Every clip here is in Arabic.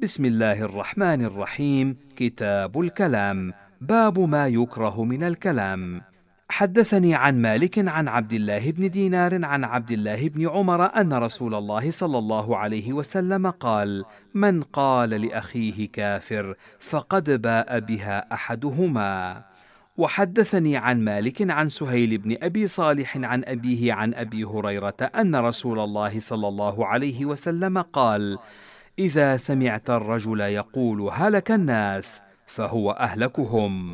بسم الله الرحمن الرحيم. كتاب الكلام. باب ما يكره من الكلام. حدثني عن مالك عن عبد الله بن دينار عن عبد الله بن عمر أن رسول الله صلى الله عليه وسلم قال: من قال لأخيه كافر فقد باء بها أحدهما. وحدثني عن مالك عن سهيل بن أبي صالح عن أبيه عن أبي هريرة أن رسول الله صلى الله عليه وسلم قال: إذا سمعت الرجل يقول هلك الناس فهو أهلكهم.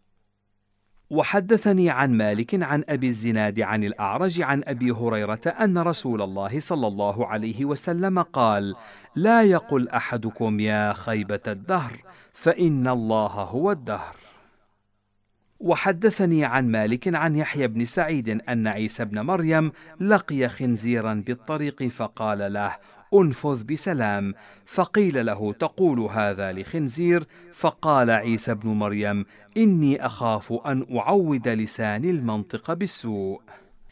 وحدثني عن مالك عن أبي الزناد عن الأعرج عن أبي هريرة أن رسول الله صلى الله عليه وسلم قال: لا يقل أحدكم يا خيبة الدهر، فإن الله هو الدهر. وحدثني عن مالك عن يحيى بن سعيد أن عيسى بن مريم لقي خنزيرا بالطريق فقال له: انفذ بسلام. فقيل له: تقول هذا لخنزير؟ فقال عيسى بن مريم: إني أخاف أن أعود لساني المنطق بالسوء.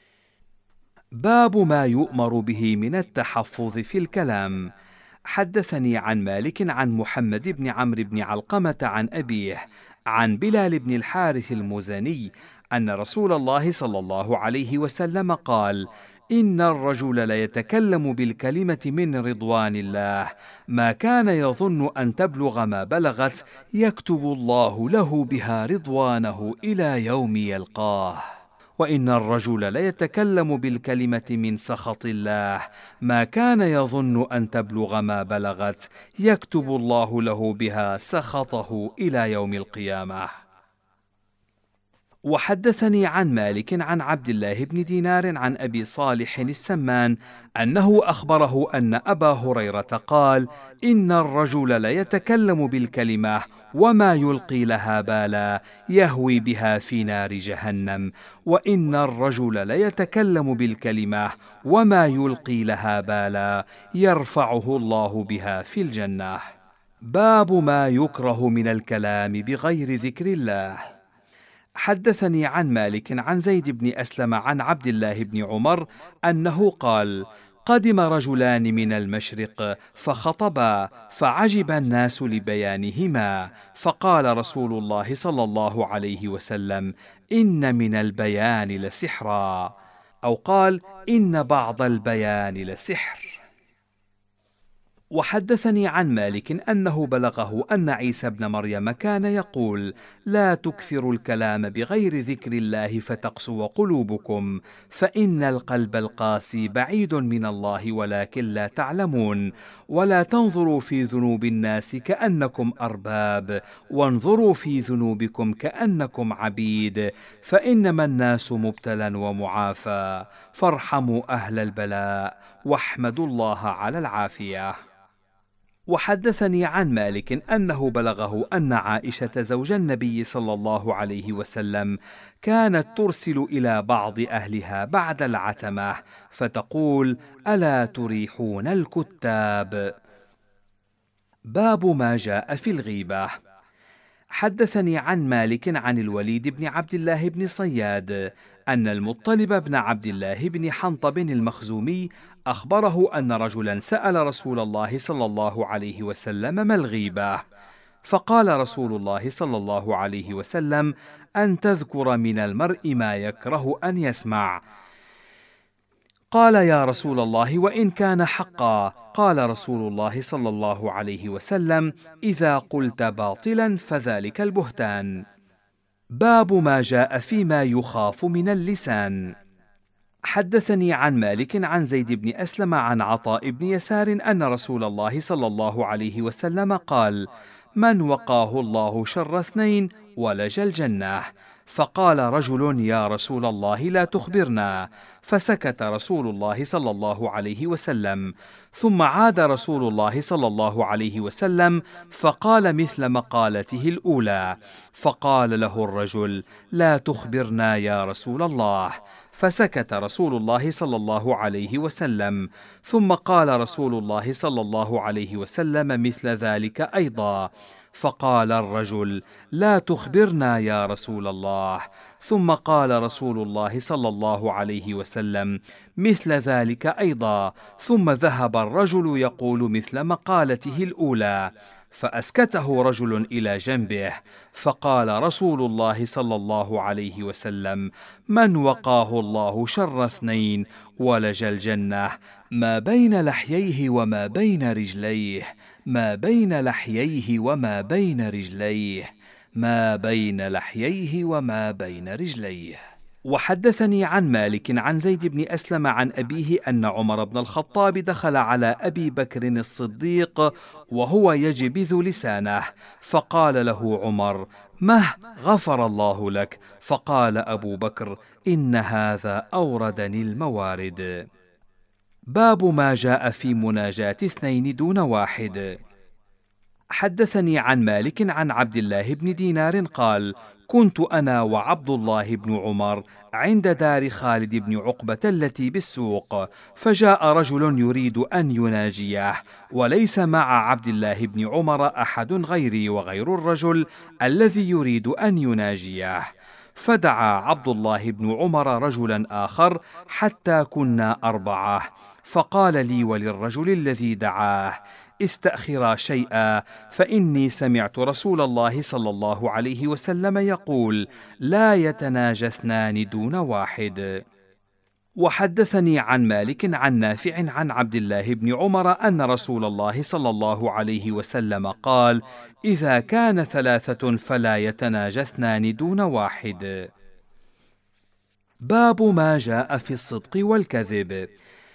باب ما يؤمر به من التحفظ في الكلام. حدثني عن مالك عن محمد بن عمرو بن علقمة عن أبيه عن بلال بن الحارث المزني أن رسول الله صلى الله عليه وسلم قال: إن الرجل ليتكلم بالكلمة من رضوان الله ما كان يظن أن تبلغ ما بلغت، يكتب الله له بها رضوانه إلى يوم يلقاه. وإن الرجل ليتكلم بالكلمة من سخط الله ما كان يظن أن تبلغ ما بلغت، يكتب الله له بها سخطه إلى يوم القيامة. وحدثني عن مالك عن عبد الله بن دينار عن أبي صالح السمان أنه أخبره أن أبا هريرة قال: إن الرجل ليتكلم بالكلمة وما يلقي لها بالا، يهوي بها في نار جهنم. وإن الرجل ليتكلم بالكلمة وما يلقي لها بالا، يرفعه الله بها في الجنة. باب ما يكره من الكلام بغير ذكر الله. حدثني عن مالك عن زيد بن أسلم عن عبد الله بن عمر أنه قال: قدم رجلان من المشرق فخطبا، فعجب الناس لبيانهما، فقال رسول الله صلى الله عليه وسلم: إن من البيان لسحرا، أو قال: إن بعض البيان لسحر. وحدثني عن مالك أنه بلغه أن عيسى بن مريم كان يقول: لا تكثروا الكلام بغير ذكر الله فتقسو قلوبكم، فإن القلب القاسي بعيد من الله ولكن لا تعلمون. ولا تنظروا في ذنوب الناس كأنكم أرباب، وانظروا في ذنوبكم كأنكم عبيد، فإنما الناس مبتلى ومعافى، فارحموا أهل البلاء واحمدوا الله على العافية. وحدثني عن مالك أنه بلغه أن عائشة زوج النبي صلى الله عليه وسلم كانت ترسل إلى بعض أهلها بعد العتمة فتقول: ألا تريحون الكتاب. باب ما جاء في الغيبة. حدثني عن مالك عن الوليد بن عبد الله بن صياد أن المطلب بن عبد الله بن حنطب المخزومي أخبره أن رجلا سأل رسول الله صلى الله عليه وسلم: ما الغيبة؟ فقال رسول الله صلى الله عليه وسلم: أن تذكر من المرء ما يكره أن يسمع. قال: يا رسول الله وإن كان حقا؟ قال رسول الله صلى الله عليه وسلم: إذا قلت باطلا فذلك البهتان. باب ما جاء فيما يخاف من اللسان. حدثني عن مالك عن زيد بن أسلم عن عطاء بن يسار أن رسول الله صلى الله عليه وسلم قال: من وقاه الله شر اثنين ولج الجنة. فقال رجل: يا رسول الله لا تخبرنا. فسكت رسول الله صلى الله عليه وسلم، ثم عاد رسول الله صلى الله عليه وسلم فقال مثل مقالته الأولى، فقال له الرجل: لا تخبرنا يا رسول الله. فسكت رسول الله صلى الله عليه وسلم، ثم قال رسول الله صلى الله عليه وسلم مثل ذلك أيضا، فقال الرجل: لا تخبرنا يا رسول الله. ثم قال رسول الله صلى الله عليه وسلم مثل ذلك أيضا، ثم ذهب الرجل يقول مثل مقالته الأولى، فأسكته رجل إلى جنبه، فقال رسول الله صلى الله عليه وسلم: من وقاه الله شر اثنين ولج الجنة، ما بين لحييه وما بين رجليه، ما بين لحييه وما بين رجليه، ما بين لحييه وما بين رجليه. وحدثني عن مالك عن زيد بن أسلم عن أبيه أن عمر بن الخطاب دخل على أبي بكر الصديق وهو يجبذ لسانه، فقال له عمر: مه، غفر الله لك. فقال أبو بكر: إن هذا أوردني الموارد. باب ما جاء في مناجاة اثنين دون واحد. حدثني عن مالك عن عبد الله بن دينار قال: كنت أنا وعبد الله بن عمر عند دار خالد بن عقبة التي بالسوق، فجاء رجل يريد أن يناجيه، وليس مع عبد الله بن عمر أحد غيري وغير الرجل الذي يريد أن يناجيه. فدعا عبد الله بن عمر رجلا آخر حتى كنا 4، فقال لي وللرجل الذي دعاه: استأخرا شيئا، فإني سمعت رسول الله صلى الله عليه وسلم يقول: لا يتناجى اثنان دون واحد. وحدثني عن مالك عن نافع عن عبد الله بن عمر أن رسول الله صلى الله عليه وسلم قال: إذا كان 3 فلا يتناجى اثنان دون واحد. باب ما جاء في الصدق والكذب.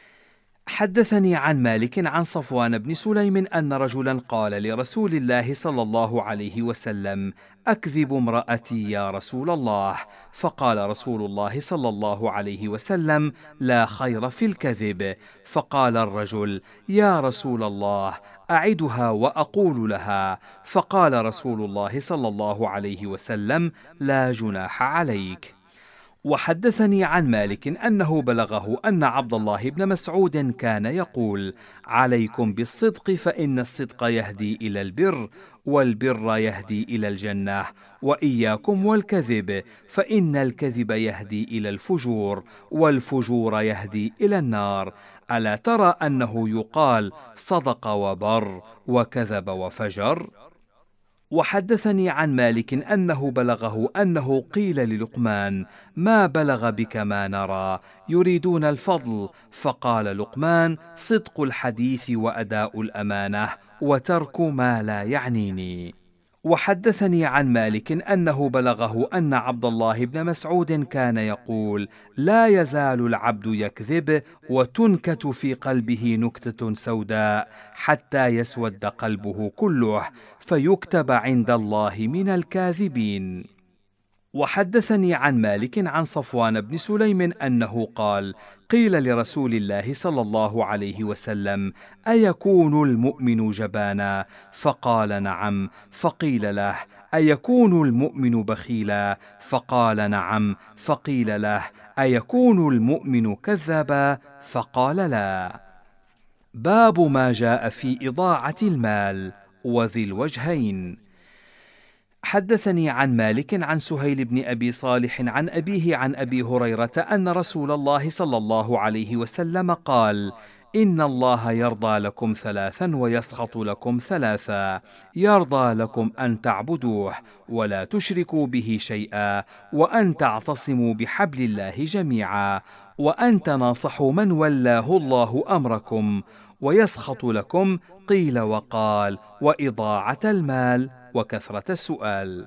حدثني عن مالك عن صفوان بن سليم أن رجلا قال لرسول الله صلى الله عليه وسلم: أكذب امرأتي يا رسول الله؟ فقال رسول الله صلى الله عليه وسلم: لا خير في الكذب. فقال الرجل: يا رسول الله، أعدها وأقول لها. فقال رسول الله صلى الله عليه وسلم: لا جناح عليك. وحدثني عن مالك أنه بلغه أن عبد الله بن مسعود كان يقول: عليكم بالصدق فإن الصدق يهدي إلى البر، والبر يهدي إلى الجنة، وإياكم والكذب فإن الكذب يهدي إلى الفجور، والفجور يهدي إلى النار. ألا ترى أنه يقال: صدق وبر، وكذب وفجر؟ وحدثني عن مالك أنه بلغه أنه قيل للقمان: ما بلغ بك ما نرى، يريدون الفضل. فقال لقمان: صدق الحديث وأداء الأمانة وترك ما لا يعنيني. وحدثني عن مالك أنه بلغه أن عبد الله بن مسعود كان يقول: لا يزال العبد يكذب وتنكت في قلبه نكتة سوداء حتى يسود قلبه كله فيكتب عند الله من الكاذبين. وحدثني عن مالك عن صفوان بن سليم أنه قال: قيل لرسول الله صلى الله عليه وسلم: أيكون المؤمن جبانا؟ فقال: نعم. فقيل له: أيكون المؤمن بخيلا؟ فقال: نعم. فقيل له: أيكون المؤمن كذابا؟ فقال: لا. باب ما جاء في إضاعة المال وذي الوجهين. حدثني عن مالك عن سهيل بن أبي صالح عن أبيه عن أبي هريرة أن رسول الله صلى الله عليه وسلم قال: إن الله يرضى لكم 3 ويسخط لكم 3: يرضى لكم أن تعبدوه ولا تشركوا به شيئا، وأن تعتصموا بحبل الله جميعا، وأن تناصحوا من ولاه الله أمركم. ويسخط لكم قيل وقال: وإضاعة المال وكثرة السؤال.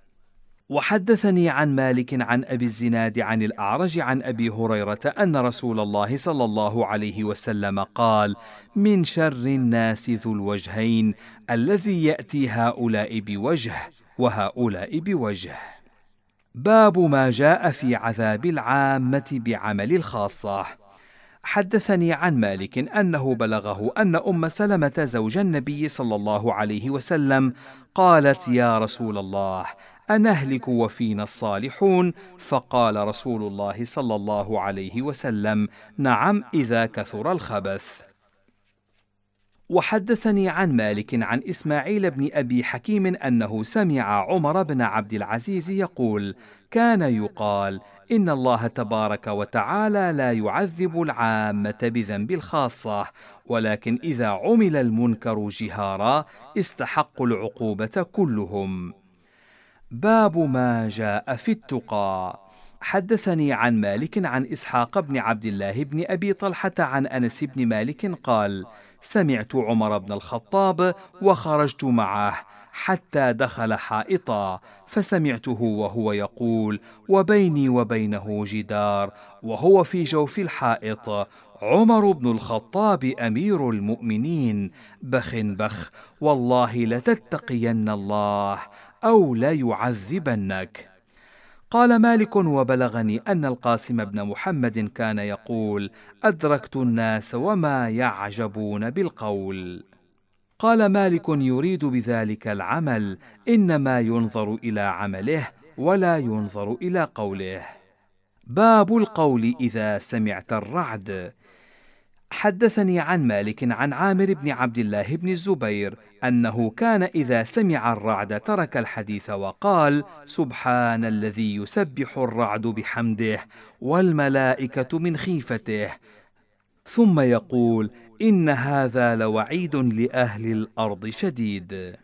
وحدثني عن مالك عن أبي الزناد عن الأعرج عن أبي هريرة أن رسول الله صلى الله عليه وسلم قال: من شر الناس ذو الوجهين، الذي يأتي هؤلاء بوجه وهؤلاء بوجه. باب ما جاء في عذاب العامة بعمل الخاصة. حدثني عن مالك أنه بلغه أن أم سلمة زوج النبي صلى الله عليه وسلم قالت: يا رسول الله، أنهلك وفينا الصالحون؟ فقال رسول الله صلى الله عليه وسلم: نعم، إذا كثر الخبث. وحدثني عن مالك عن إسماعيل بن أبي حكيم أنه سمع عمر بن عبد العزيز يقول: كان يقال إن الله تبارك وتعالى لا يعذب العامة بذنب الخاصة، ولكن إذا عمل المنكر جهارا استحقوا العقوبة كلهم. باب ما جاء في التقى. حدثني عن مالك عن إسحاق بن عبد الله بن أبي طلحة عن أنس بن مالك قال: سمعت عمر بن الخطاب وخرجت معه حتى دخل حائطا، فسمعته وهو يقول وبيني وبينه جدار وهو في جوف الحائط: عمر بن الخطاب أمير المؤمنين، بخ بخ، والله لتتقين الله أو ليعذبنك. قال مالك: وبلغني أن القاسم بن محمد كان يقول: أدركت الناس وما يعجبون بالقول. قال مالك: يريد بذلك العمل، إنما ينظر إلى عمله ولا ينظر إلى قوله. باب القول إذا سمعت الرعد. حدثني عن مالك عن عامر بن عبد الله بن الزبير أنه كان إذا سمع الرعد ترك الحديث وقال: سبحان الذي يسبح الرعد بحمده والملائكة من خيفته، ثم يقول: إن هذا لوعيد لأهل الأرض شديد.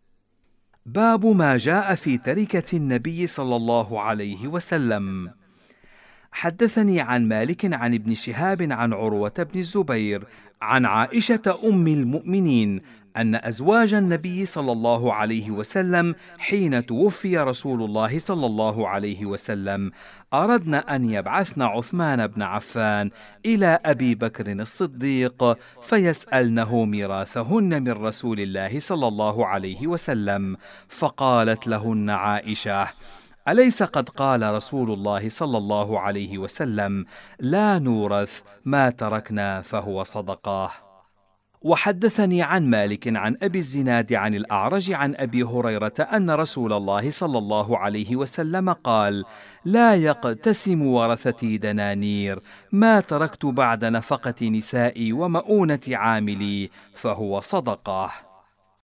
باب ما جاء في تركة النبي صلى الله عليه وسلم. حدثني عن مالك عن ابن شهاب عن عروة بن الزبير عن عائشة أم المؤمنين أن أزواج النبي صلى الله عليه وسلم حين توفي رسول الله صلى الله عليه وسلم أردن أن يبعثن عثمان بن عفان إلى أبي بكر الصديق فيسألنه ميراثهن من رسول الله صلى الله عليه وسلم، فقالت لهن عائشة: أليس قد قال رسول الله صلى الله عليه وسلم: لا نورث ما تركنا فهو صدقة. وحدثني عن مالك عن أبي الزناد عن الأعرج عن أبي هريرة أن رسول الله صلى الله عليه وسلم قال: لا يقتسم ورثتي دنانير، ما تركت بعد نفقة نسائي ومؤونة عاملي فهو صدقة.